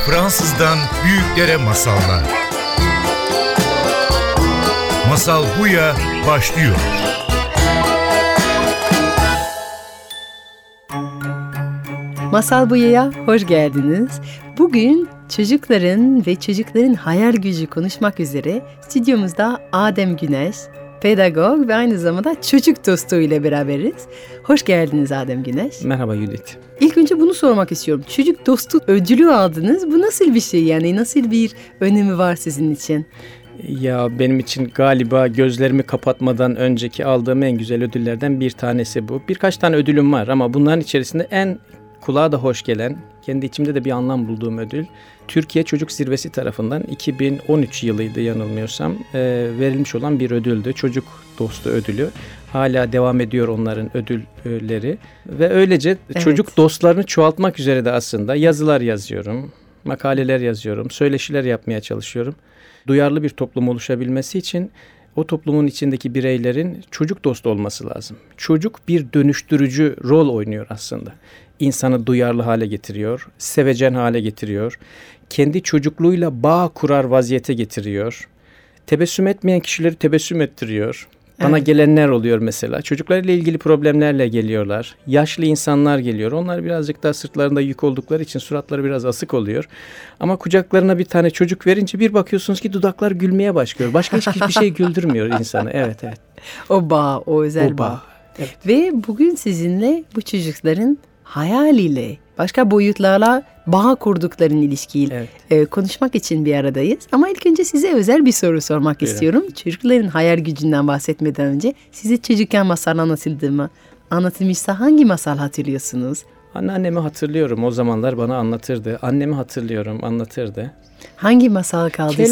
Fransızdan büyüklere masallar. Masal Buya başlıyor. Masal Buya'ya hoş geldiniz. Bugün çocukların ve çocukların hayal gücü konuşmak üzere stüdyomuzda Adem Güneş, pedagog ve aynı zamanda çocuk dostu ile beraberiz. Hoş geldiniz Adem Güneş. Merhaba Judith. İlk önce bunu sormak istiyorum. Çocuk dostu ödülü aldınız. Bu nasıl bir şey yani? Nasıl bir önemi var sizin için? Ya benim için galiba gözlerimi kapatmadan önceki aldığım en güzel ödüllerden bir tanesi bu. Birkaç tane ödülüm var ama bunların içerisinde en kulağa da hoş gelen, kendi içimde de bir anlam bulduğum ödül, Türkiye Çocuk Zirvesi tarafından 2013 yılıydı yanılmıyorsam verilmiş olan bir ödüldü. Çocuk Dostu ödülü. Hala devam ediyor onların ödülleri ve öylece çocuk dostlarını çoğaltmak üzere de aslında yazılar yazıyorum, makaleler yazıyorum, söyleşiler yapmaya çalışıyorum. Duyarlı bir toplum oluşabilmesi için o toplumun içindeki bireylerin çocuk dostu olması lazım. Çocuk bir dönüştürücü rol oynuyor aslında. İnsanı duyarlı hale getiriyor, sevecen hale getiriyor, kendi çocukluğuyla bağ kurar vaziyete getiriyor. Tebessüm etmeyen kişileri tebessüm ettiriyor. Bana gelenler oluyor mesela. Çocuklarla ilgili problemlerle geliyorlar. Yaşlı insanlar geliyor. Onlar birazcık daha sırtlarında yük oldukları için suratları biraz asık oluyor. Ama kucaklarına bir tane çocuk verince bir bakıyorsunuz ki dudaklar gülmeye başlıyor. Başka hiçbir şey güldürmüyor insanı. Evet. O bağ, o özel bağ. Evet. Ve bugün sizinle bu çocukların hayaliyle, başka boyutlarla bağ kurduklarının ilişkiyi konuşmak için bir aradayız. Ama ilk önce size özel bir soru sormak istiyorum. Çocukların hayal gücünden bahsetmeden önce size çocukken masal anlatıldığımı anlatılmışsa hangi masal hatırlıyorsunuz? Anneannemi hatırlıyorum. O zamanlar bana anlatırdı. Annemi hatırlıyorum, anlatırdı. Hangi masal kaldı size?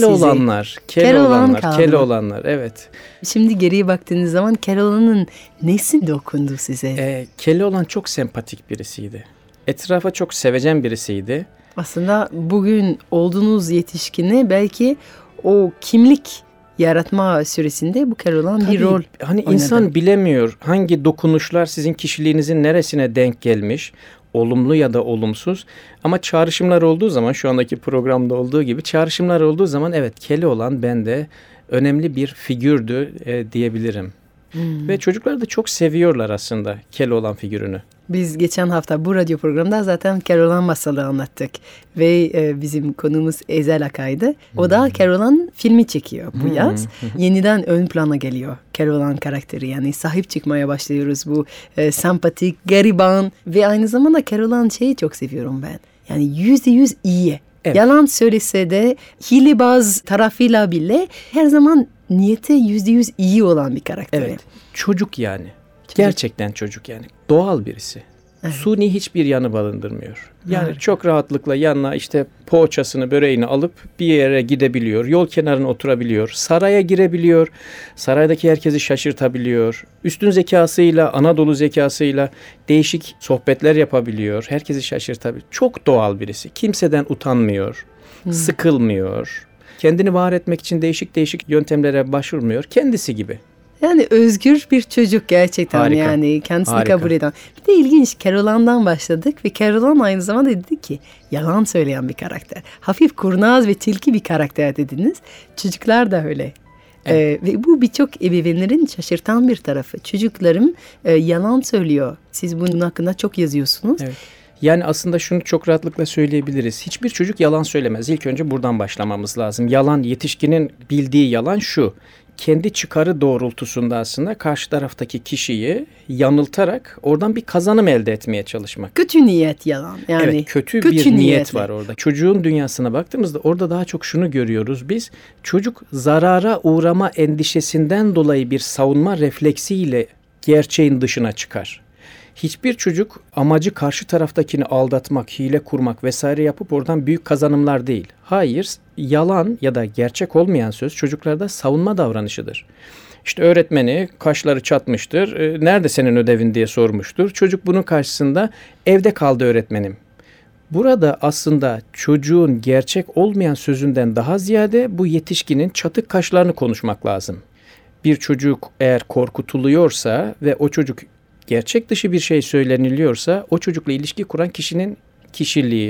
Keloğlanlar, evet. Şimdi geriye baktığınız zaman Keloğlan'ın nesi dokundu size? Keloğlan çok sempatik birisiydi. Etrafa çok sevecen birisiydi. Aslında bugün olduğunuz yetişkine belki o kimlik yaratma süresinde bu Keloğlan bir rol oynadı. İnsan bilemiyor hangi dokunuşlar sizin kişiliğinizin neresine denk gelmiş. Olumlu ya da olumsuz. Ama çağrışımlar olduğu zaman, şu andaki programda olduğu gibi çağrışımlar olduğu zaman evet Keloğlan bende önemli bir figürdü diyebilirim. Ve çocuklar da çok seviyorlar aslında Keloğlan figürünü. Biz geçen hafta bu radyo programında zaten Keloğlan masalı anlattık. Ve bizim konumuz Ezel Akay'dı. O da Keloğlan filmi çekiyor bu yaz. Yeniden ön plana geliyor Keloğlan karakteri. Yani sahip çıkmaya başlıyoruz bu sempatik, gariban ve aynı zamanda Keloğlan şeyi çok seviyorum ben. Yani %100 iyi. Evet. Yalan söylese de hilebaz tarafıyla bile her zaman niyeti %100 iyi olan bir karakter. Evet. Çocuk yani. Gerçekten çocuk yani. Doğal birisi. Evet. Suni hiçbir yanı barındırmıyor. Yani çok rahatlıkla yanına işte poğaçasını, böreğini alıp bir yere gidebiliyor. Yol kenarına oturabiliyor. Saraya girebiliyor. Saraydaki herkesi şaşırtabiliyor. Üstün zekasıyla, Anadolu zekasıyla değişik sohbetler yapabiliyor. Herkesi şaşırtabiliyor. Çok doğal birisi. Kimseden utanmıyor. Sıkılmıyor. Kendini var etmek için değişik yöntemlere başvurmuyor. Kendisi gibi. Yani özgür bir çocuk gerçekten. Harika. Yani kendisini kabul eden. Bir de ilginç, Keloğlan'dan başladık ve Keloğlan aynı zamanda dedi ki yalan söyleyen bir karakter. Hafif kurnaz ve tilki bir karakter dediniz. Çocuklar da öyle. Evet. Ve bu birçok ebeveynlerin şaşırtan bir tarafı. Çocuklarım yalan söylüyor. Siz bunun hakkında çok yazıyorsunuz. Evet. Yani aslında şunu çok rahatlıkla söyleyebiliriz. Hiçbir çocuk yalan söylemez. İlk önce buradan başlamamız lazım. Yalan, yetişkinin bildiği yalan şu. Kendi çıkarı doğrultusunda aslında karşı taraftaki kişiyi yanıltarak oradan bir kazanım elde etmeye çalışmak. Kötü niyet yalan. Yani evet, kötü bir niyet var orada. Çocuğun dünyasına baktığımızda orada daha çok şunu görüyoruz biz. Çocuk zarara uğrama endişesinden dolayı bir savunma refleksiyle gerçeğin dışına çıkar. Hiçbir çocuk amacı karşı taraftakini aldatmak, hile kurmak vesaire yapıp oradan büyük kazanımlar değil. Hayır, yalan ya da gerçek olmayan söz çocuklarda savunma davranışıdır. İşte öğretmeni kaşları çatmıştır, nerede senin ödevin diye sormuştur. Çocuk bunun karşısında evde kaldı öğretmenim. Burada aslında çocuğun gerçek olmayan sözünden daha ziyade bu yetişkinin çatık kaşlarını konuşmak lazım. Bir çocuk eğer korkutuluyorsa ve o çocuk gerçek dışı bir şey söyleniliyorsa o çocukla ilişki kuran kişinin kişiliği,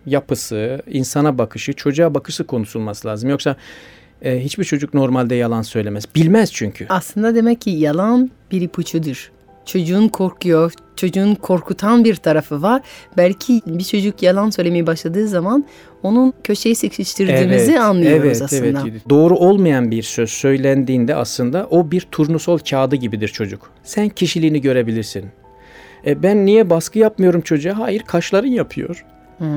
yapısı, insana bakışı, çocuğa bakışı konuşulması lazım. Yoksa hiçbir çocuk normalde yalan söylemez. Bilmez çünkü. Aslında demek ki yalan bir ipucudur. Çocuğun korkuyor, çocuğun korkutan bir tarafı var. Belki bir çocuk yalan söylemeye başladığı zaman onun köşeye sıkıştırdığımızı anlıyoruz aslında. Evet. Doğru olmayan bir söz söylendiğinde aslında o bir turnusol kağıdı gibidir çocuk. Sen kişiliğini görebilirsin. Ben niye baskı yapmıyorum çocuğa? Hayır, kaşların yapıyor.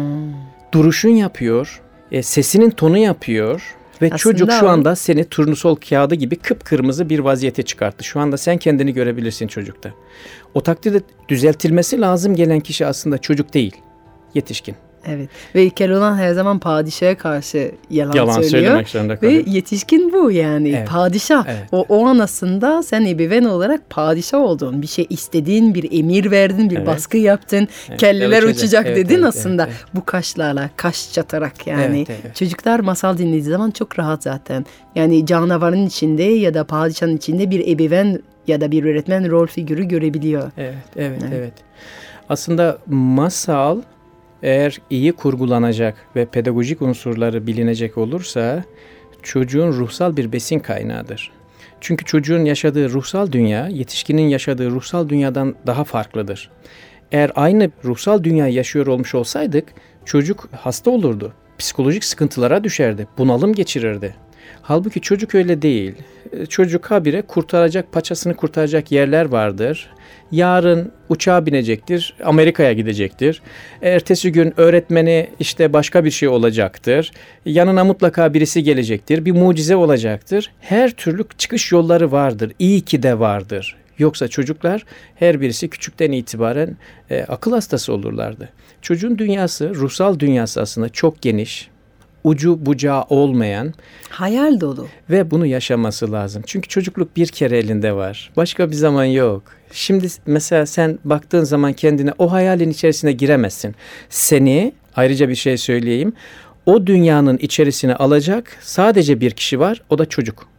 Duruşun yapıyor. Sesinin tonu yapıyor. Ve aslında çocuk şu anda seni turnusol kağıdı gibi kıpkırmızı bir vaziyete çıkarttı. Şu anda sen kendini görebilirsin çocukta. O takdirde düzeltilmesi lazım gelen kişi aslında çocuk değil, yetişkin. Evet. Ve Keloğlan her zaman padişaha karşı yalan söylüyor. Ve yetişkin bu yani. Evet. Padişah. Evet. O an aslında sen ebeveyn olarak padişah oldun. Bir şey istedin, bir emir verdin, bir baskı yaptın. Evet. Kelleler uçacak dedin aslında. Evet. Bu kaşlarla, kaş çatarak yani. Evet. Çocuklar masal dinlediği zaman çok rahat zaten. Yani canavarın içinde ya da padişahın içinde bir ebeveyn ya da bir öğretmen rol figürü görebiliyor. Evet. Aslında masal eğer iyi kurgulanacak ve pedagojik unsurları bilinecek olursa çocuğun ruhsal bir besin kaynağıdır. Çünkü çocuğun yaşadığı ruhsal dünya yetişkinin yaşadığı ruhsal dünyadan daha farklıdır. Eğer aynı ruhsal dünyayı yaşıyor olmuş olsaydık çocuk hasta olurdu. Psikolojik sıkıntılara düşerdi. Bunalım geçirirdi. Halbuki çocuk öyle değil. Çocuk habire paçasını kurtaracak yerler vardır. Yarın uçağa binecektir, Amerika'ya gidecektir. Ertesi gün öğretmeni işte başka bir şey olacaktır. Yanına mutlaka birisi gelecektir, bir mucize olacaktır. Her türlü çıkış yolları vardır, iyi ki de vardır. Yoksa çocuklar her birisi küçükten itibaren akıl hastası olurlardı. Çocuğun dünyası, ruhsal dünyası aslında çok geniş. Ucu bucağı olmayan, hayal dolu ve bunu yaşaması lazım. Çünkü çocukluk bir kere elinde var. Başka bir zaman yok. Şimdi mesela sen baktığın zaman kendine o hayalin içerisine giremezsin. Seni, ayrıca bir şey söyleyeyim, o dünyanın içerisine alacak sadece bir kişi var, o da çocuk.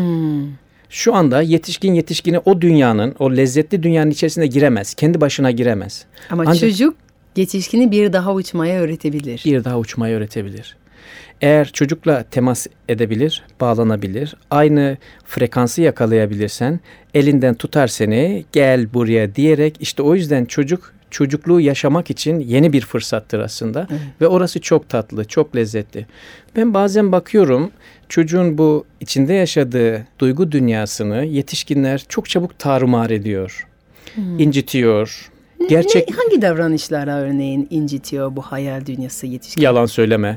Şu anda yetişkini o dünyanın, o lezzetli dünyanın içerisine giremez. Kendi başına giremez. Ama çocuk yetişkini bir daha uçmaya öğretebilir. Eğer çocukla temas edebilir, bağlanabilir, aynı frekansı yakalayabilirsen, elinden tutar seni, gel buraya diyerek, işte o yüzden çocukluğu yaşamak için yeni bir fırsattır aslında. Ve orası çok tatlı, çok lezzetli. Ben bazen bakıyorum, çocuğun bu içinde yaşadığı duygu dünyasını yetişkinler çok çabuk tarumar ediyor, incitiyor. Hangi davranışlara örneğin incitiyor bu hayal dünyası yetişkin? Yalan söyleme.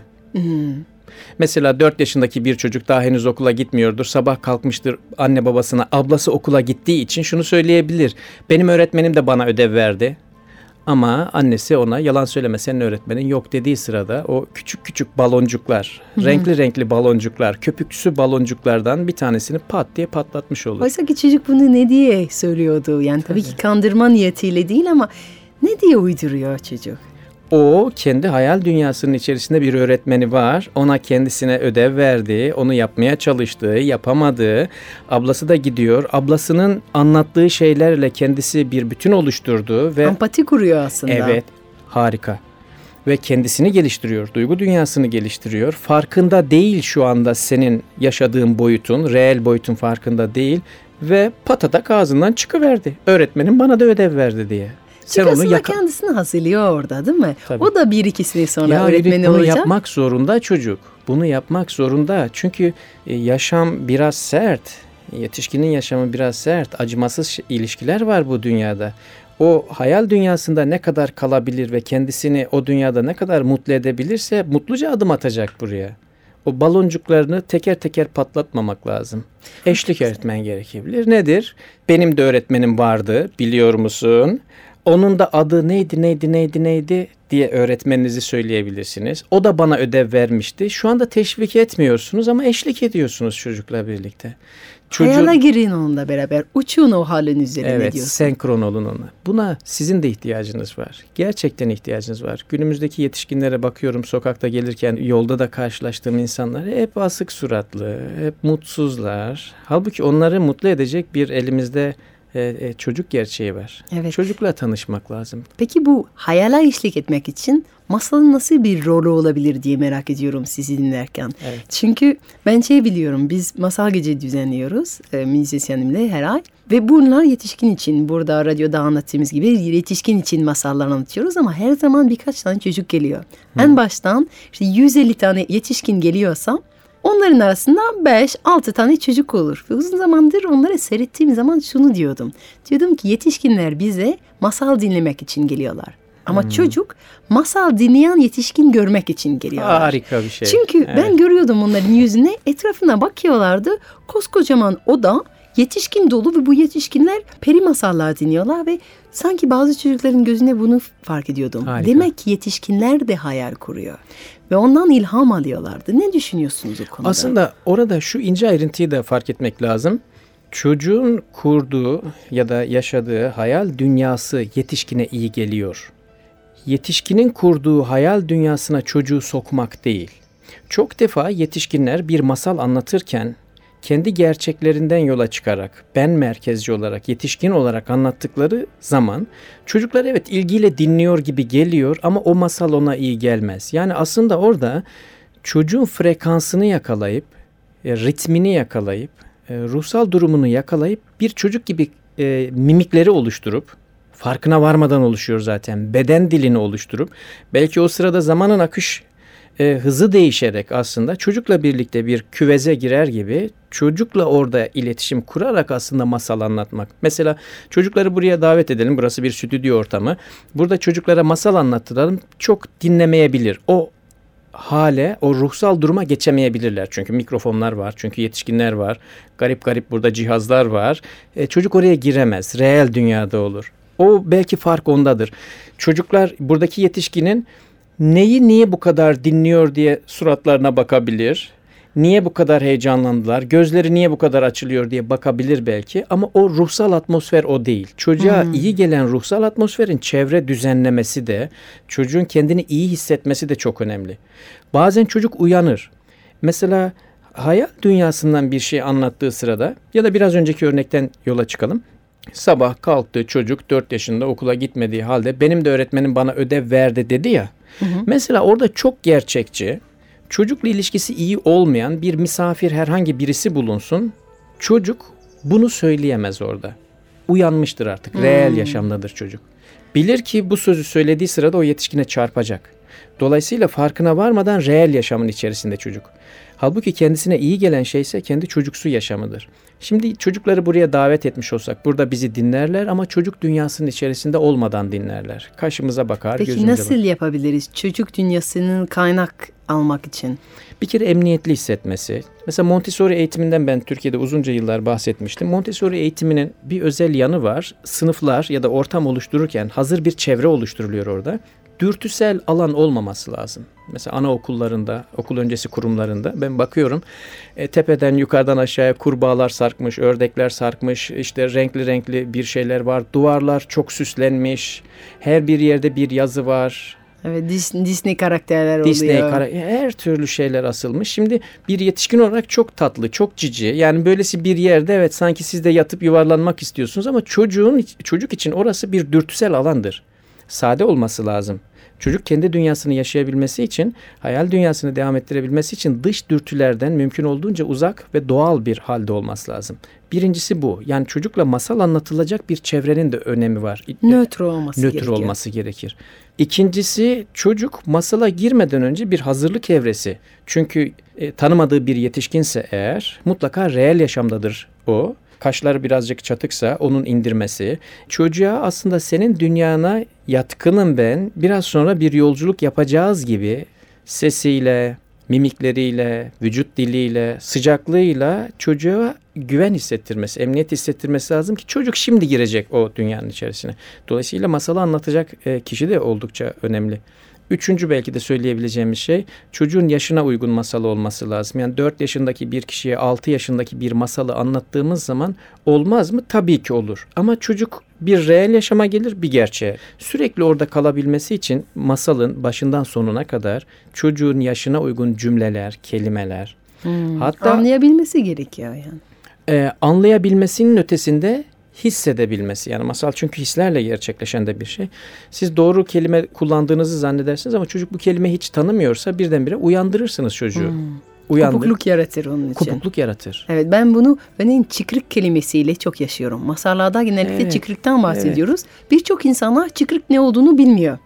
Mesela 4 yaşındaki bir çocuk daha henüz okula gitmiyordur. Sabah kalkmıştır anne babasına, ablası okula gittiği için şunu söyleyebilir. Benim öğretmenim de bana ödev verdi. Ama annesi ona yalan söyleme, senin öğretmenin yok dediği sırada o küçük baloncuklar, renkli baloncuklar, köpüksü baloncuklardan bir tanesini pat diye patlatmış olur. Oysa ki çocuk bunu ne diye söylüyordu? Yani tabii ki kandırma niyetiyle değil ama ne diye uyduruyor çocuk? O kendi hayal dünyasının içerisinde bir öğretmeni var. Ona kendisine ödev verdi. Onu yapmaya çalıştığı, yapamadığı. Ablası da gidiyor. Ablasının anlattığı şeylerle kendisi bir bütün oluşturdu. Ve empati kuruyor aslında. Evet, harika. Ve kendisini geliştiriyor. Duygu dünyasını geliştiriyor. Farkında değil şu anda senin yaşadığın boyutun, reel boyutun farkında değil. Ve patatak ağzından çıkıverdi. Öğretmenim bana da ödev verdi diye. Çünkü aslında kendisini hazırlıyor orada değil mi? Tabii. O da bir iki sene sonra öğretmeni olacak. Bunu yapmak zorunda çocuk. Bunu yapmak zorunda. Çünkü yaşam biraz sert. Yetişkinin yaşamı biraz sert. Acımasız ilişkiler var bu dünyada. O hayal dünyasında ne kadar kalabilir ve kendisini o dünyada ne kadar mutlu edebilirse mutluca adım atacak buraya. O baloncuklarını teker teker patlatmamak lazım. Eşlik öğretmen gerekebilir. Nedir? Benim de öğretmenim vardı, biliyor musun? Onun da adı neydi diye öğretmeninizi söyleyebilirsiniz. O da bana ödev vermişti. Şu anda teşvik etmiyorsunuz ama eşlik ediyorsunuz çocukla birlikte. Hayala girin onunla beraber. Uçun o halin üzerine diyorsun. Evet, senkron olun onunla. Buna sizin de ihtiyacınız var. Gerçekten ihtiyacınız var. Günümüzdeki yetişkinlere bakıyorum, sokakta gelirken yolda da karşılaştığım insanlar hep asık suratlı, hep mutsuzlar. Halbuki onları mutlu edecek bir elimizde çocuk gerçeği var. Evet. Çocukla tanışmak lazım. Peki bu hayala eşlik etmek için masalın nasıl bir rolü olabilir diye merak ediyorum sizi dinlerken. Evet. Çünkü ben biliyorum, biz masal gece düzenliyoruz müzisyenimle her ay. Ve bunlar yetişkin için, burada radyoda anlattığımız gibi yetişkin için masallar anlatıyoruz ama her zaman birkaç tane çocuk geliyor. En baştan 150 tane yetişkin geliyorsa onların arasında 5-6 tane çocuk olur. Ve uzun zamandır onları seyrettiğim zaman şunu diyordum. Diyordum ki yetişkinler bize masal dinlemek için geliyorlar. Ama çocuk masal dinleyen yetişkin görmek için geliyorlar. Harika bir şey. Çünkü ben görüyordum onların yüzüne, etrafına bakıyorlardı. Koskocaman oda yetişkin dolu ve bu yetişkinler peri masallar dinliyorlar ve sanki bazı çocukların gözüne bunu fark ediyordum. Harika. Demek ki yetişkinler de hayal kuruyor ve ondan ilham alıyorlardı. Ne düşünüyorsunuz o konuda? Aslında orada şu ince ayrıntıyı da fark etmek lazım. Çocuğun kurduğu ya da yaşadığı hayal dünyası yetişkine iyi geliyor. Yetişkinin kurduğu hayal dünyasına çocuğu sokmak değil. Çok defa yetişkinler bir masal anlatırken kendi gerçeklerinden yola çıkarak, ben merkezci olarak, yetişkin olarak anlattıkları zaman çocuklar evet ilgiyle dinliyor gibi geliyor ama o masal ona iyi gelmez. Yani aslında orada çocuğun frekansını yakalayıp, ritmini yakalayıp, ruhsal durumunu yakalayıp bir çocuk gibi mimikleri oluşturup, farkına varmadan oluşuyor zaten, beden dilini oluşturup, belki o sırada zamanın akış hızı değişerek aslında çocukla birlikte bir küveze girer gibi çocukla orada iletişim kurarak aslında masal anlatmak. Mesela çocukları buraya davet edelim. Burası bir stüdyo ortamı. Burada çocuklara masal anlattıralım. Çok dinlemeyebilir. O hale, o ruhsal duruma geçemeyebilirler. Çünkü mikrofonlar var, çünkü yetişkinler var. Garip garip burada cihazlar var. Çocuk oraya giremez. Reel dünyada olur. O belki fark ondadır. Çocuklar buradaki yetişkinin niye bu kadar dinliyor diye suratlarına bakabilir. Niye bu kadar heyecanlandılar? Gözleri niye bu kadar açılıyor diye bakabilir belki. Ama o ruhsal atmosfer o değil. Çocuğa iyi gelen ruhsal atmosferin çevre düzenlemesi de, çocuğun kendini iyi hissetmesi de çok önemli. Bazen çocuk uyanır. Mesela hayal dünyasından bir şey anlattığı sırada ya da biraz önceki örnekten yola çıkalım. Sabah kalktı çocuk 4 yaşında okula gitmediği halde benim de öğretmenim bana ödev verdi dedi ya. Mesela orada çok gerçekçi, çocukla ilişkisi iyi olmayan bir misafir herhangi birisi bulunsun. Çocuk bunu söyleyemez orada. Uyanmıştır artık. Reel yaşamdadır çocuk. Bilir ki bu sözü söylediği sırada o yetişkine çarpacak. Dolayısıyla farkına varmadan reel yaşamın içerisinde çocuk. Halbuki kendisine iyi gelen şey ise kendi çocuksu yaşamıdır. Şimdi çocukları buraya davet etmiş olsak burada bizi dinlerler ama çocuk dünyasının içerisinde olmadan dinlerler. Kaşımıza bakar, Peki gözümüze nasıl yapabiliriz çocuk dünyasının kaynak almak için? Bir kere emniyetli hissetmesi. Mesela Montessori eğitiminden ben Türkiye'de uzunca yıllar bahsetmiştim. Montessori eğitiminin bir özel yanı var. Sınıflar ya da ortam oluştururken hazır bir çevre oluşturuluyor orada. Dürtüsel alan olmaması lazım. Mesela anaokullarında, okul öncesi kurumlarında ben bakıyorum tepeden yukarıdan aşağıya kurbağalar sarkmış, ördekler sarkmış, işte renkli renkli bir şeyler var. Duvarlar çok süslenmiş, her bir yerde bir yazı var. Evet, Disney karakterler oluyor. Her türlü şeyler asılmış. Şimdi bir yetişkin olarak çok tatlı, çok cici. Yani böylesi bir yerde evet sanki siz de yatıp yuvarlanmak istiyorsunuz ama çocuk için orası bir dürtüsel alandır. Sade olması lazım. Çocuk kendi dünyasını yaşayabilmesi için, hayal dünyasını devam ettirebilmesi için dış dürtülerden mümkün olduğunca uzak ve doğal bir halde olması lazım. Birincisi bu. Yani çocukla masal anlatılacak bir çevrenin de önemi var. Nötr olması gerekir. İkincisi çocuk masala girmeden önce bir hazırlık evresi. Çünkü tanımadığı bir yetişkinse eğer mutlaka reel yaşamdadır o. Kaşları birazcık çatıksa onun indirmesi. Çocuğa aslında senin dünyana yatkınım ben, biraz sonra bir yolculuk yapacağız gibi sesiyle, mimikleriyle, vücut diliyle, sıcaklığıyla çocuğa güven hissettirmesi, emniyet hissettirmesi lazım ki çocuk şimdi girecek o dünyanın içerisine. Dolayısıyla masalı anlatacak kişi de oldukça önemli. Üçüncü belki de söyleyebileceğimiz şey çocuğun yaşına uygun masalı olması lazım. Yani 4 yaşındaki bir kişiye 6 yaşındaki bir masalı anlattığımız zaman olmaz mı? Tabii ki olur. Ama çocuk bir reel yaşama gelir, bir gerçeğe. Sürekli orada kalabilmesi için masalın başından sonuna kadar çocuğun yaşına uygun cümleler, kelimeler. Hatta anlayabilmesi gerekiyor yani. Anlayabilmesinin ötesinde hissedebilmesi. Yani masal çünkü hislerle gerçekleşen de bir şey. Siz doğru kelime kullandığınızı zannedersiniz ama çocuk bu kelimeyi hiç tanımıyorsa birdenbire uyandırırsınız çocuğu. Kopukluk yaratır onun için. Kopukluk yaratır. Evet, ben bunu örneğin çıkrık kelimesiyle çok yaşıyorum. Masallarda genellikle çıkrıktan bahsediyoruz. Birçok insana çıkrık ne olduğunu bilmiyor.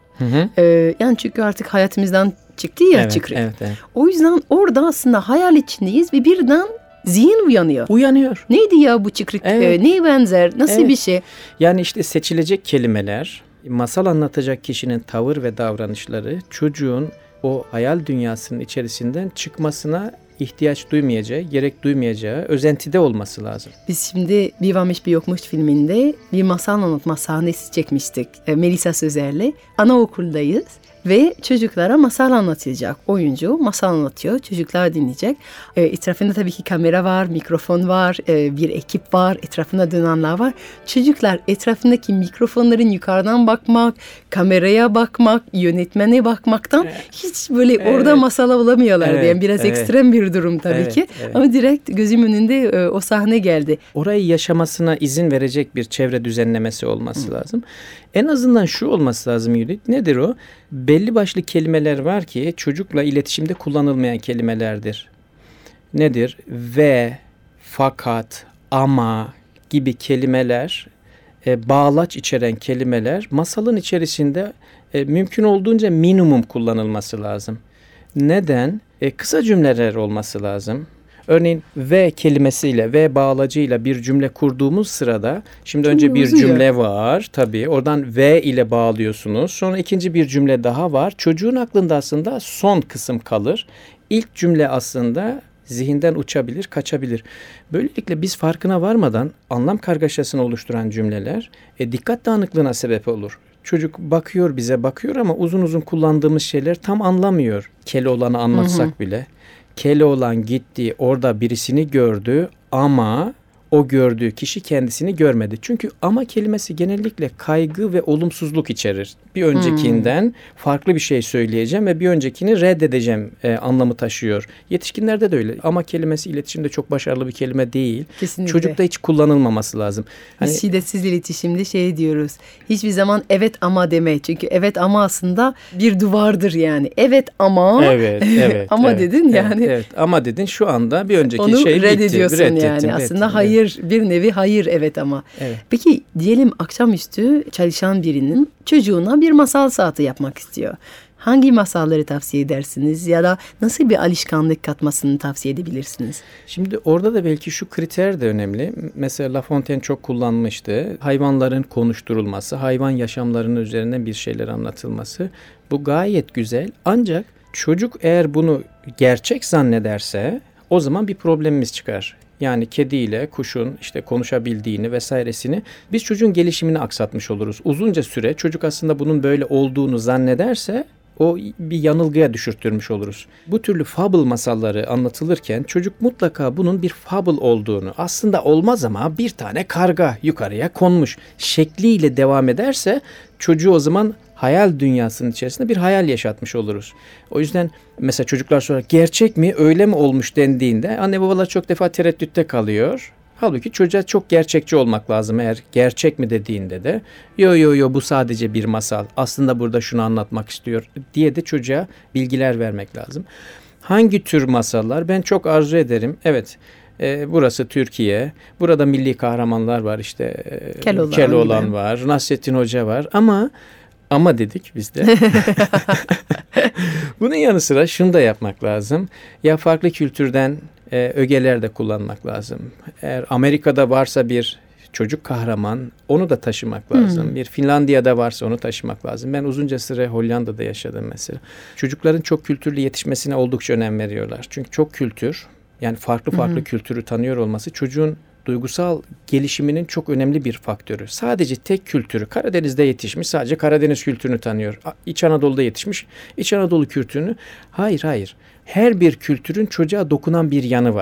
Yani çünkü artık hayatımızdan çıktı ya çıkrık. Evet. O yüzden orada aslında hayal içindeyiz ve birden zihin uyanıyor. Uyanıyor. Neydi ya bu çıkrık? Neye benzer? Nasıl bir şey? Yani işte seçilecek kelimeler, masal anlatacak kişinin tavır ve davranışları çocuğun o hayal dünyasının içerisinden çıkmasına ihtiyaç duymayacağı, gerek duymayacağı özentide olması lazım. Biz şimdi Bir Varmış Bir Yokmuş filminde bir masal anlatma sahnesi çekmiştik. Melisa Sözer'le. Anaokuldayız. Ve çocuklara masal anlatacak. Oyuncu masal anlatıyor. Çocuklar dinleyecek. Etrafında tabii ki kamera var, mikrofon var, bir ekip var. Etrafında dönenler var. Çocuklar etrafındaki mikrofonların yukarıdan bakmak, kameraya bakmak, yönetmene bakmaktan hiç böyle orada masal olamıyorlar diye. Biraz ekstrem bir durum tabii ki. Ama direkt gözüm önünde o sahne geldi. Orayı yaşamasına izin verecek bir çevre düzenlemesi olması lazım. En azından şu olması lazım Judith. Nedir o? Belli başlı kelimeler var ki çocukla iletişimde kullanılmayan kelimelerdir. Nedir? Ve, fakat, ama gibi kelimeler, bağlaç içeren kelimeler masalın içerisinde mümkün olduğunca minimum kullanılması lazım. Neden? Kısa cümleler olması lazım. Örneğin ve kelimesiyle, ve bağlacıyla bir cümle kurduğumuz sırada şimdi önce bir cümle var tabii. Oradan ve ile bağlıyorsunuz. Sonra ikinci bir cümle daha var. Çocuğun aklında aslında son kısım kalır. İlk cümle aslında zihinden uçabilir, kaçabilir. Böylelikle biz farkına varmadan anlam kargaşasını oluşturan cümleler dikkat dağınıklığına sebep olur. Çocuk bakıyor, bize bakıyor ama uzun uzun kullandığımız şeyler tam anlamıyor. Keloğlan'ı anlatsak bile. Keloğlan gitti, orada birisini gördü ama o gördüğü kişi kendisini görmedi. Çünkü ama kelimesi genellikle kaygı ve olumsuzluk içerir. Bir öncekinden farklı bir şey söyleyeceğim ve bir öncekini reddedeceğim anlamı taşıyor. Yetişkinlerde de öyle. Ama kelimesi iletişimde çok başarılı bir kelime değil. Kesinlikle. Çocukta hiç kullanılmaması lazım. Biz şiddetsiz iletişimde şey diyoruz. Hiçbir zaman evet ama deme. Çünkü evet ama aslında bir duvardır yani. Evet ama. Evet. Ama dedin yani. Evet ama dedin şu anda bir önceki onu şey bitti. reddediyorsun yani. Aslında hayır bir nevi hayır evet ama. Evet. Peki diyelim akşamüstü çalışan birinin çocuğuna bir masal saati yapmak istiyor. Hangi masalları tavsiye edersiniz ya da nasıl bir alışkanlık katmasını tavsiye edebilirsiniz? Şimdi orada da belki şu kriter de önemli. Mesela La Fontaine çok kullanmıştı. Hayvanların konuşturulması, hayvan yaşamlarının üzerinden bir şeyler anlatılması. Bu gayet güzel. Ancak çocuk eğer bunu gerçek zannederse o zaman bir problemimiz çıkar. Yani kediyle kuşun işte konuşabildiğini vesairesini biz çocuğun gelişimini aksatmış oluruz. Uzunca süre çocuk aslında bunun böyle olduğunu zannederse o bir yanılgıya düşürtürmüş oluruz. Bu türlü fable masalları anlatılırken çocuk mutlaka bunun bir fable olduğunu, aslında olmaz ama bir tane karga yukarıya konmuş şekliyle devam ederse çocuğu o zaman hayal dünyasının içerisinde bir hayal yaşatmış oluruz. O yüzden mesela çocuklar sonra gerçek mi öyle mi olmuş dendiğinde anne babalar çok defa tereddütte kalıyor. Halbuki çocuğa çok gerçekçi olmak lazım eğer gerçek mi dediğinde de yo bu sadece bir masal aslında burada şunu anlatmak istiyor diye de çocuğa bilgiler vermek lazım. Hangi tür masallar ben çok arzu ederim. Evet. Burası Türkiye. Burada milli kahramanlar var işte. Keloğlan var. Nasrettin Hoca var ama dedik biz de. Bunun yanı sıra şunu da yapmak lazım. Ya farklı kültürden ögeler de kullanmak lazım. Eğer Amerika'da varsa bir çocuk kahraman onu da taşımak lazım. Bir Finlandiya'da varsa onu taşımak lazım. Ben uzunca süre Hollanda'da yaşadım mesela. Çocukların çok kültürlü yetişmesine oldukça önem veriyorlar. Çünkü çok kültür yani farklı kültürü tanıyor olması çocuğun duygusal gelişiminin çok önemli bir faktörü. Sadece tek kültürü Karadeniz'de yetişmiş sadece Karadeniz kültürünü tanıyor. İç Anadolu'da yetişmiş İç Anadolu kültürünü. Hayır. Her bir kültürün çocuğa dokunan bir yanı var.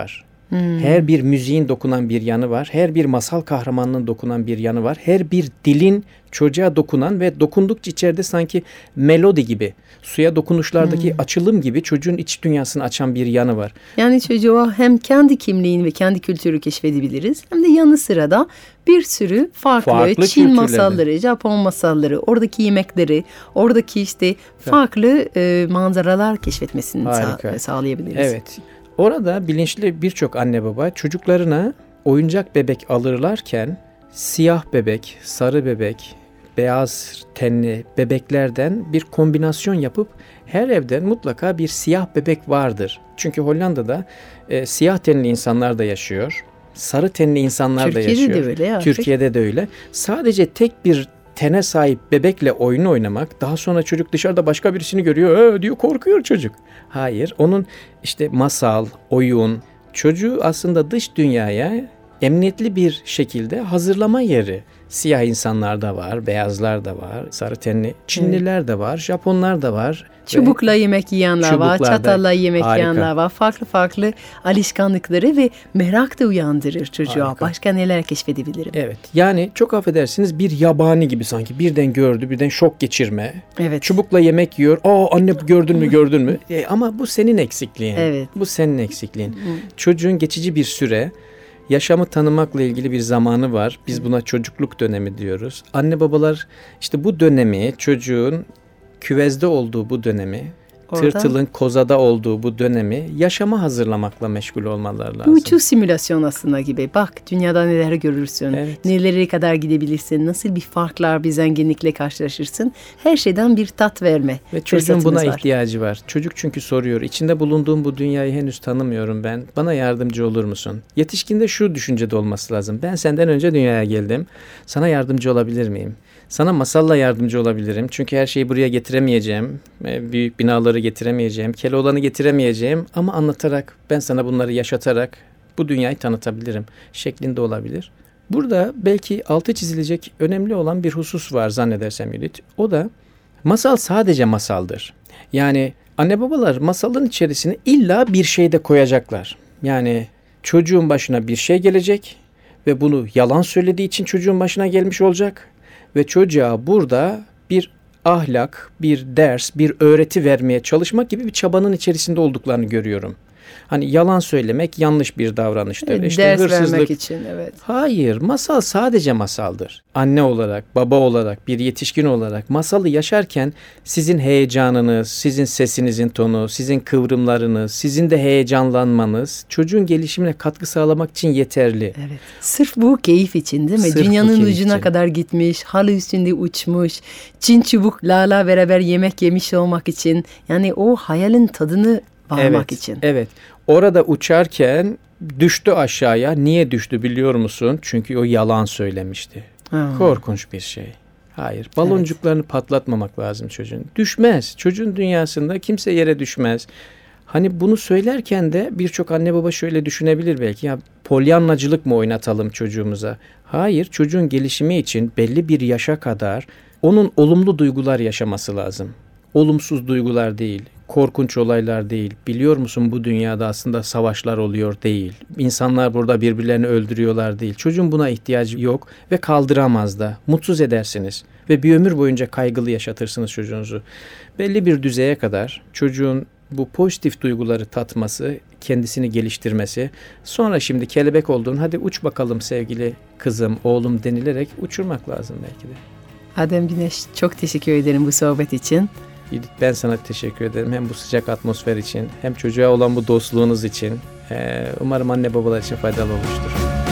Her bir müziğin dokunan bir yanı var. Her bir masal kahramanının dokunan bir yanı var. Her bir dilin çocuğa dokunan ve dokundukça içeride sanki melodi gibi, suya dokunuşlardaki açılım gibi çocuğun iç dünyasını açan bir yanı var. Yani çocuğa hem kendi kimliğini ve kendi kültürü keşfedebiliriz hem de yanı sıra da bir sürü farklı Çin masalları, Japon masalları, oradaki yemekleri, oradaki işte farklı manzaralar keşfetmesini sağlayabiliriz. Evet. Orada bilinçli birçok anne baba çocuklarına oyuncak bebek alırlarken siyah bebek, sarı bebek, beyaz tenli bebeklerden bir kombinasyon yapıp her evde mutlaka bir siyah bebek vardır. Çünkü Hollanda'da siyah tenli insanlar da yaşıyor, sarı tenli insanlar da yaşıyor. Türkiye'de de öyle ya. Türkiye'de de öyle. Sadece tek bir tene sahip bebekle oyun oynamak, daha sonra çocuk dışarıda başka birisini görüyor, diyor, korkuyor çocuk. Hayır, onun işte masal, oyun, çocuğu aslında dış dünyaya emniyetli bir şekilde hazırlama yeri. Siyah insanlar da var, beyazlar da var, sarı tenli Çinliler de var, Japonlar da var. Çubukla yemek yiyenler var, çatalla yemek yiyenler var. Farklı alışkanlıkları ve merak da uyandırır çocuğa. Harika. Başka neler keşfedebilirim? Evet, yani çok affedersiniz bir yabani gibi sanki birden gördü, birden şok geçirme. Evet. Çubukla yemek yiyor. Anne gördün mü? Ama bu senin eksikliğin. Evet. Bu senin eksikliğin. Çocuğun geçici bir süre yaşamı tanımakla ilgili bir zamanı var. Biz buna çocukluk dönemi diyoruz. Anne babalar işte bu dönemi, çocuğun küvezde olduğu bu dönemi, tırtılın kozada olduğu bu dönemi yaşama hazırlamakla meşgul olmaları lazım. Bu uçuş simülasyon aslında gibi. Bak dünyada neler görürsün, nelere kadar gidebilirsin, nasıl bir farklar, bir zenginlikle karşılaşırsın. Her şeyden bir tat verme. Ve çocuğun buna ihtiyacı var. Çocuk çünkü soruyor, içinde bulunduğum bu dünyayı henüz tanımıyorum ben. Bana yardımcı olur musun? Yetişkinde şu düşüncede olması lazım. Ben senden önce dünyaya geldim. Sana yardımcı olabilir miyim? Sana masalla yardımcı olabilirim. Çünkü her şeyi buraya getiremeyeceğim. Büyük binaları getiremeyeceğim. Keloğlan'ı getiremeyeceğim. Ama anlatarak, ben sana bunları yaşatarak bu dünyayı tanıtabilirim şeklinde olabilir. Burada belki altı çizilecek önemli olan bir husus var zannedersem Judith. O da masal sadece masaldır. Yani anne babalar masalın içerisine illa bir şey de koyacaklar. Yani çocuğun başına bir şey gelecek ve bunu yalan söylediği için çocuğun başına gelmiş olacak. Ve çocuğa burada bir ahlak, bir ders, bir öğreti vermeye çalışmak gibi bir çabanın içerisinde olduklarını görüyorum. Hani yalan söylemek yanlış bir davranıştır. İşte ders hırsızlık vermek için, evet. Hayır, masal sadece masaldır. Anne olarak, baba olarak, bir yetişkin olarak masalı yaşarken sizin heyecanınız, sizin sesinizin tonu, sizin kıvrımlarınız, sizin de heyecanlanmanız çocuğun gelişimine katkı sağlamak için yeterli. Evet. Sırf bu keyif için değil mi? Sırf dünyanın ucuna kadar gitmiş, halı üstünde uçmuş, Çin çubuklarla beraber yemek yemiş olmak için. Yani o hayalin tadını varmak için. Evet. Orada uçarken düştü aşağıya. Niye düştü biliyor musun? Çünkü o yalan söylemişti. Korkunç bir şey. Hayır. Baloncuklarını patlatmamak lazım çocuğun. Düşmez. Çocuğun dünyasında kimse yere düşmez. Hani bunu söylerken de birçok anne baba şöyle düşünebilir belki. Ya polyanlacılık mı oynatalım çocuğumuza? Hayır. Çocuğun gelişimi için belli bir yaşa kadar onun olumlu duygular yaşaması lazım. Olumsuz duygular değil. Korkunç olaylar değil. Biliyor musun bu dünyada aslında savaşlar oluyor değil. İnsanlar burada birbirlerini öldürüyorlar değil. Çocuğun buna ihtiyacı yok ve kaldıramaz da. Mutsuz edersiniz ve bir ömür boyunca kaygılı yaşatırsınız çocuğunuzu. Belli bir düzeye kadar çocuğun bu pozitif duyguları tatması, kendisini geliştirmesi, sonra şimdi kelebek oldun, hadi uç bakalım sevgili kızım, oğlum denilerek uçurmak lazım belki de. Adem Güneş, çok teşekkür ederim bu sohbet için. Ben sana teşekkür ederim. Hem bu sıcak atmosfer için, hem çocuğa olan bu dostluğunuz için. Umarım anne babalar için faydalı olmuştur.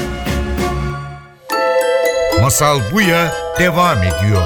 Masal Buya devam ediyor.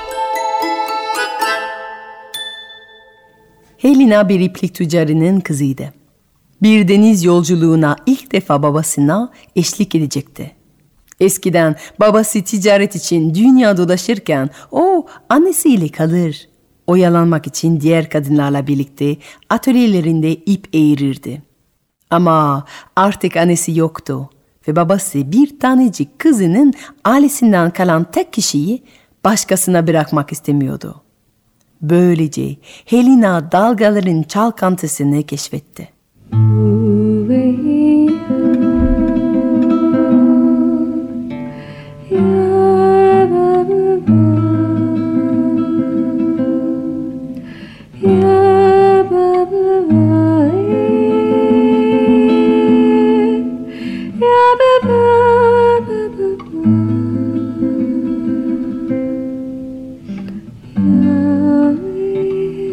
Helena bir iplik tüccarının kızıydı. Bir deniz yolculuğuna ilk defa babasına eşlik edecekti. Eskiden babası ticaret için dünya dolaşırken o annesiyle kalır. Oyalanmak için diğer kadınlarla birlikte atölyelerinde ip eğirirdi. Ama artık annesi yoktu ve babası bir tanecik kızının ailesinden kalan tek kişiyi başkasına bırakmak istemiyordu. Böylece Helena dalgaların çalkantısını keşfetti.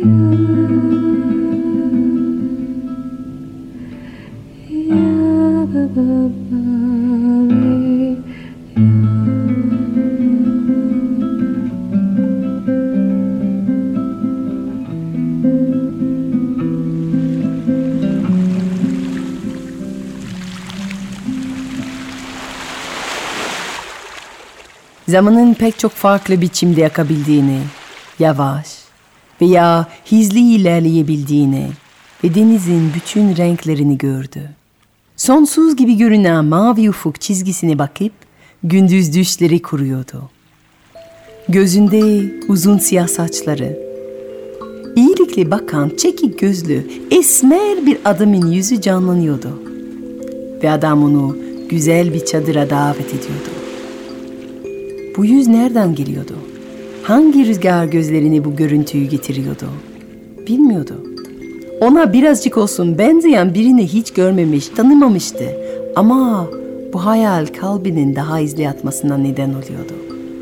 Zamanın pek çok farklı biçimde akabildiğini, yavaş veya hızlı ilerleyebildiğini ve denizin bütün renklerini gördü. Sonsuz gibi görünen mavi ufuk çizgisine bakıp gündüz düşleri kuruyordu. Gözünde uzun siyah saçları, iyilikle bakan çekik gözlü esmer bir adamın yüzü canlanıyordu. Ve adam onu güzel bir çadıra davet ediyordu. Bu yüz nereden geliyordu? Hangi rüzgar gözlerine bu görüntüyü getiriyordu? Bilmiyordu. Ona birazcık olsun benzeyen birini hiç görmemiş, tanımamıştı. Ama bu hayal kalbinin daha hızlı atmasına neden oluyordu.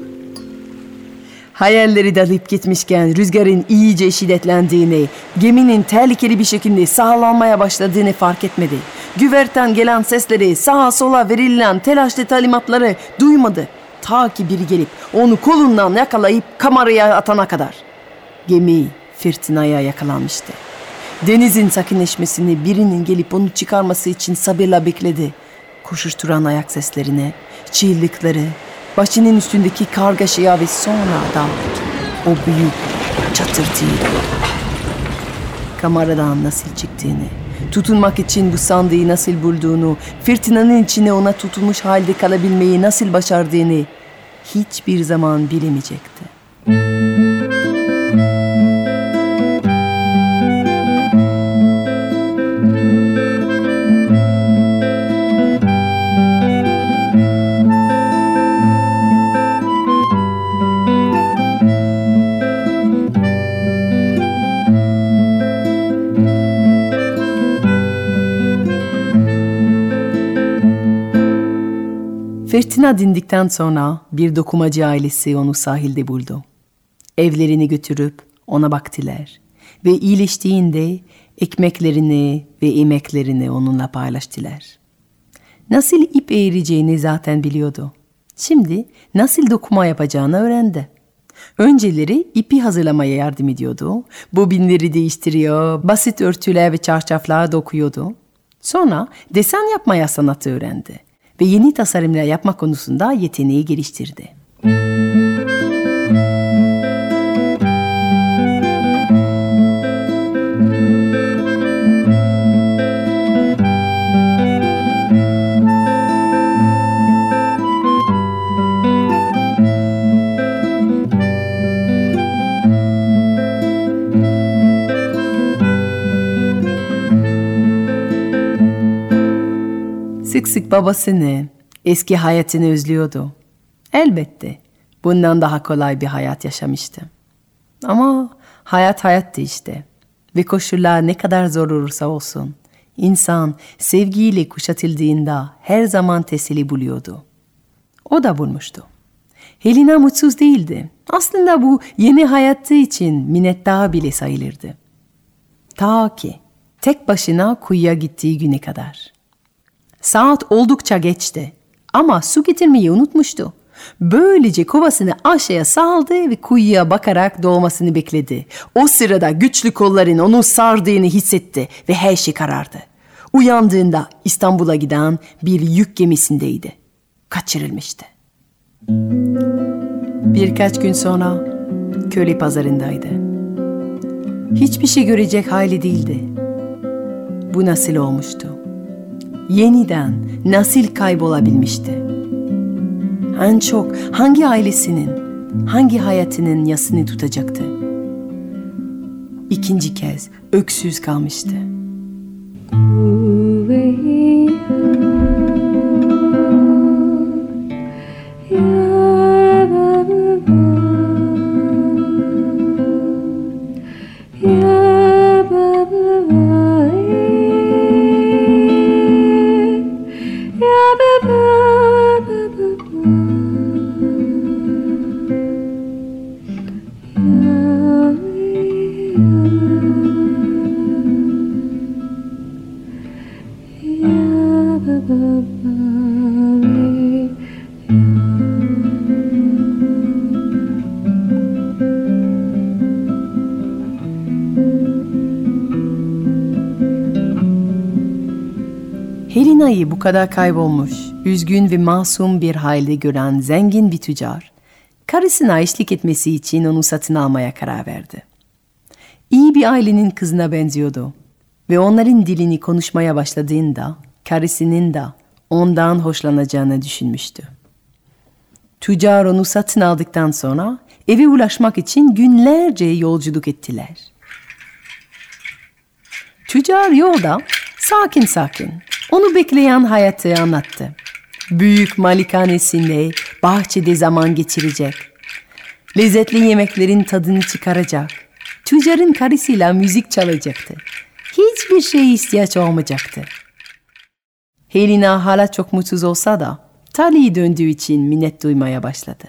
Hayalleri dalıp gitmişken rüzgarın iyice şiddetlendiğini, geminin tehlikeli bir şekilde sahallanmaya başladığını fark etmedi. Güverten gelen sesleri, sağa sola verilen telaşlı talimatları duymadı. Ta ki biri gelip onu kolundan yakalayıp kameraya atana kadar. Gemi fırtınaya yakalanmıştı. Denizin sakinleşmesini, birinin gelip onu çıkarması için sabırla bekledi. Koşuşturan ayak seslerine, çığlıkları, başının üstündeki kargaşaya ve sonra da o büyük çatırtıyı. Kameradan nasıl çıktığını, tutunmak için bu sandığı nasıl bulduğunu, fırtınanın içine ona tutulmuş halde kalabilmeyi nasıl başardığını hiçbir zaman bilemeyecekti. Fırtına dindikten sonra bir dokumacı ailesi onu sahilde buldu. Evlerini götürüp ona baktılar ve iyileştiğinde ekmeklerini ve yemeklerini onunla paylaştılar. Nasıl ip eğireceğini zaten biliyordu. Şimdi nasıl dokuma yapacağını öğrendi. Önceleri ipi hazırlamaya yardım ediyordu. Bobinleri değiştiriyor, basit örtüler ve çarşaflar dokuyordu. Sonra desen yapmaya sanatı öğrendi ve yeni tasarımlar yapma konusunda yeteneği geliştirdi. Sık sık babasını, eski hayatını özlüyordu. Elbette bundan daha kolay bir hayat yaşamıştı. Ama hayat hayattı işte. Ve koşullar ne kadar zor olursa olsun, insan sevgiyle kuşatıldığında her zaman teselli buluyordu. O da bulmuştu. Helena mutsuz değildi. Aslında bu yeni hayatı için minnettar bile sayılırdı. Ta ki tek başına kuyuya gittiği güne kadar. Saat oldukça geçti ama su getirmeyi unutmuştu. Böylece kovasını aşağıya saldı ve kuyuya bakarak doğmasını bekledi. O sırada güçlü kolların onu sardığını hissetti ve her şey karardı. Uyandığında İstanbul'a giden bir yük gemisindeydi. Kaçırılmıştı. Birkaç gün sonra köle pazarındaydı. Hiçbir şey görecek hali değildi. Bu nasıl olmuştu? Yeniden nasıl kaybolabilmişti? En çok hangi ailesinin, hangi hayatının yasını tutacaktı? İkinci kez öksüz kalmıştı. Helina'yı bu kadar kaybolmuş, üzgün ve masum bir halde gören zengin bir tüccar, karısına eşlik etmesi için onu satın almaya karar verdi. İyi bir ailenin kızına benziyordu ve onların dilini konuşmaya başladığında karısının da ondan hoşlanacağını düşünmüştü. Tüccar onu satın aldıktan sonra eve ulaşmak için günlerce yolculuk ettiler. Tüccar yolda sakin sakin onu bekleyen hayatı anlattı. Büyük malikanesinde bahçede zaman geçirecek. Lezzetli yemeklerin tadını çıkaracak. Tüccarın karısıyla müzik çalacaktı. Hiçbir şeye ihtiyaç olmayacaktı. Helena hala çok mutsuz olsa da talihi döndüğü için minnet duymaya başladı.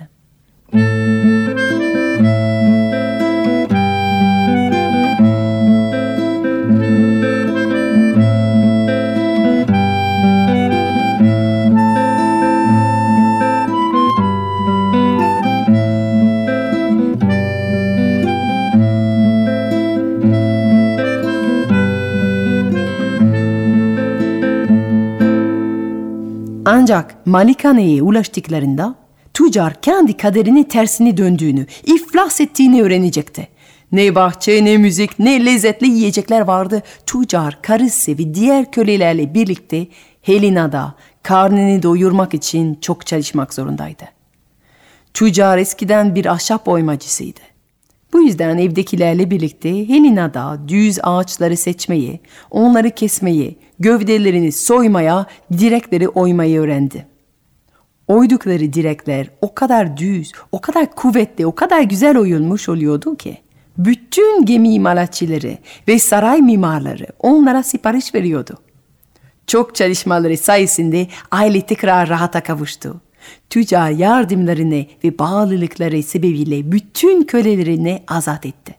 Ancak malikaneye ulaştıklarında tüccar kendi kaderini tersine döndüğünü, iflas ettiğini öğrenecekti. Ne bahçe, ne müzik, ne lezzetli yiyecekler vardı. Tüccar, karısı ve diğer kölelerle birlikte Helena'da karnını doyurmak için çok çalışmak zorundaydı. Tüccar eskiden bir ahşap oymacısıydı. Bu yüzden evdekilerle birlikte Helena'da düz ağaçları seçmeyi, onları kesmeyi, gövdelerini soymaya, direkleri oymayı öğrendi. Oydukları direkler o kadar düz, o kadar kuvvetli, o kadar güzel oyulmuş oluyordu ki, bütün gemi imalatçıları ve saray mimarları onlara sipariş veriyordu. Çok çalışmaları sayesinde aile tekrar rahata kavuştu. Tüccar yardımlarını ve bağlılıkları sebebiyle bütün kölelerini azat etti.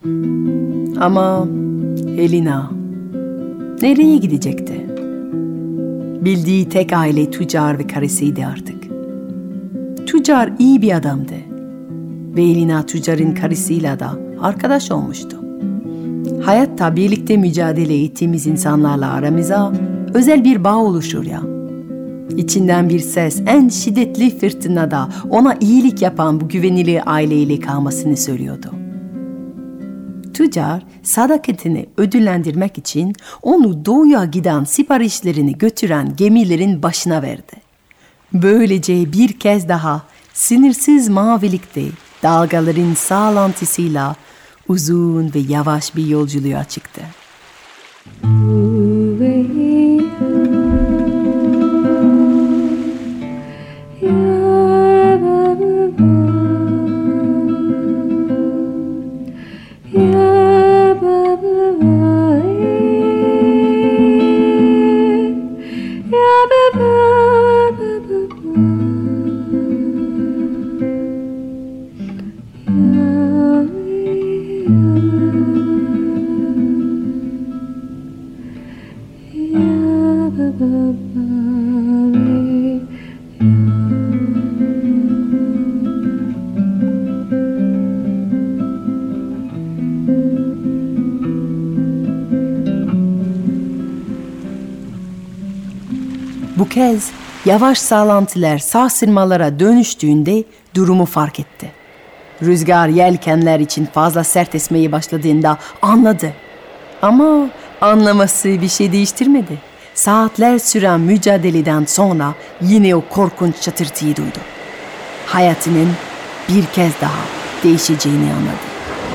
Ama Helena nereye gidecekti? Bildiği tek aile tüccar ve karısıydı artık. Tüccar iyi bir adamdı ve Helena tüccarın karısıyla da arkadaş olmuştu. Hayatta birlikte mücadele ettiğimiz insanlarla aramıza özel bir bağ oluşur ya. İçinden bir ses en şiddetli fırtınada ona iyilik yapan bu güvenilir aileyle kalmasını söylüyordu. Tüccar sadakatini ödüllendirmek için onu doğuya giden siparişlerini götüren gemilerin başına verdi. Böylece bir kez daha sınırsız mavilikte dalgaların sağlantısıyla uzun ve yavaş bir yolculuğa çıktı. Bu kez yavaş sallantılar sarsılmalara dönüştüğünde durumu fark etti. Rüzgar yelkenler için fazla sert esmeye başladığında anladı. Ama anlaması bir şey değiştirmedi. Saatler süren mücadeleden sonra yine o korkunç çatırtıyı duydu. Hayatının bir kez daha değişeceğini anladı.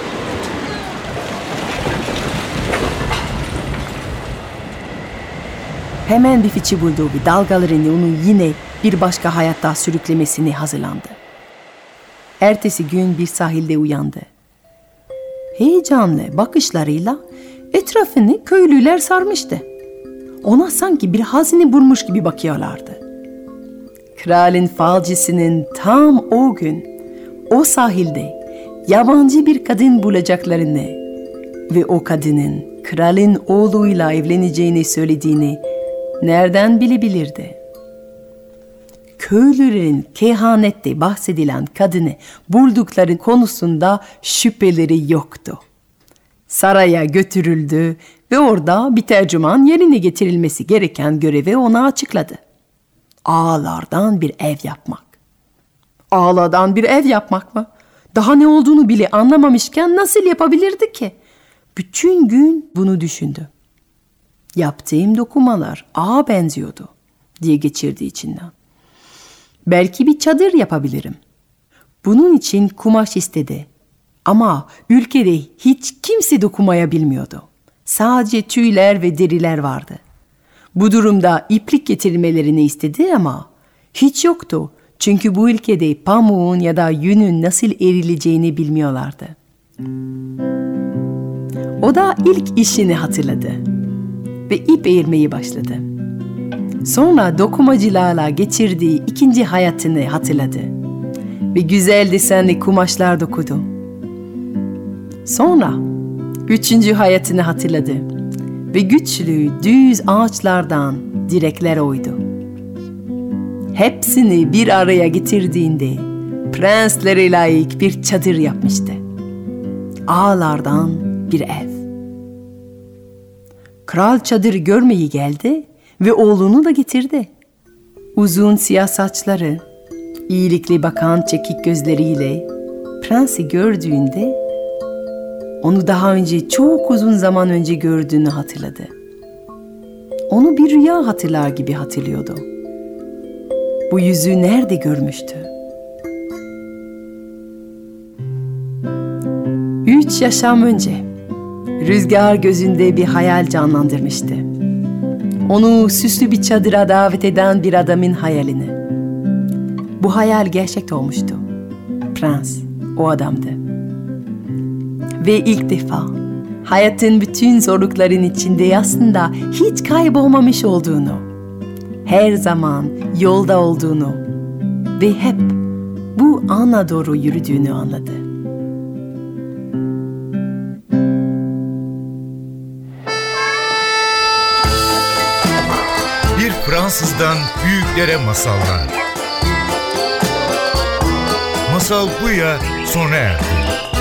Hemen bir fıçı buldu ve dalgalarını onu yine bir başka hayatta sürüklemesine hazırlandı. Ertesi gün bir sahilde uyandı. Heyecanlı bakışlarıyla etrafını köylüler sarmıştı. Ona sanki bir hazine bulmuş gibi bakıyorlardı. Kralın falcısının tam o gün o sahilde yabancı bir kadın bulacaklarını ve o kadının kralın oğluyla evleneceğini söylediğini nereden bilebilirdi? Köylülerin kehanette bahsedilen kadını buldukları konusunda şüpheleri yoktu. Saraya götürüldü ve orada bir tercüman yerine getirilmesi gereken görevi ona açıkladı. Ağlardan bir ev yapmak. Ağlardan bir ev yapmak mı? Daha ne olduğunu bile anlamamışken nasıl yapabilirdi ki? Bütün gün bunu düşündü. Yaptığım dokumalar ağa benziyordu diye geçirdi içinden. Belki bir çadır yapabilirim. Bunun için kumaş istedi. Ama ülkede hiç kimse dokumaya bilmiyordu. Sadece tüyler ve deriler vardı. Bu durumda iplik getirmelerini istedi ama hiç yoktu. Çünkü bu ülkede pamuğun ya da yünün nasıl erileceğini bilmiyorlardı. O da ilk işini hatırladı ve ip eğirmeyi başladı. Sonra dokumacılarla geçirdiği ikinci hayatını hatırladı ve güzel desenli kumaşlar dokudu. Sonra üçüncü hayatını hatırladı ve güçlü düz ağaçlardan direkler oydu. Hepsini bir araya getirdiğinde prenslere layık bir çadır yapmıştı. Ağlardan bir ev. Kral çadırı görmeyi geldi ve oğlunu da getirdi. Uzun siyah saçları, iyilikli bakan çekik gözleriyle prensi gördüğünde onu daha önce çok uzun zaman önce gördüğünü hatırladı. Onu bir rüya hatırlar gibi hatırlıyordu. Bu yüzü nerede görmüştü? 3 yaşam önce rüzgar gözünde bir hayal canlandırmıştı. Onu süslü bir çadıra davet eden bir adamın hayalini. Bu hayal gerçek olmuştu. Prens o adamdı. Ve ilk defa hayatın bütün zorlukların içinde aslında hiç kaybolmamış olduğunu, her zaman yolda olduğunu ve hep bu ana doğru yürüdüğünü anladı. Bir Fransızdan büyüklere masallar. Masal Buya sona erdi.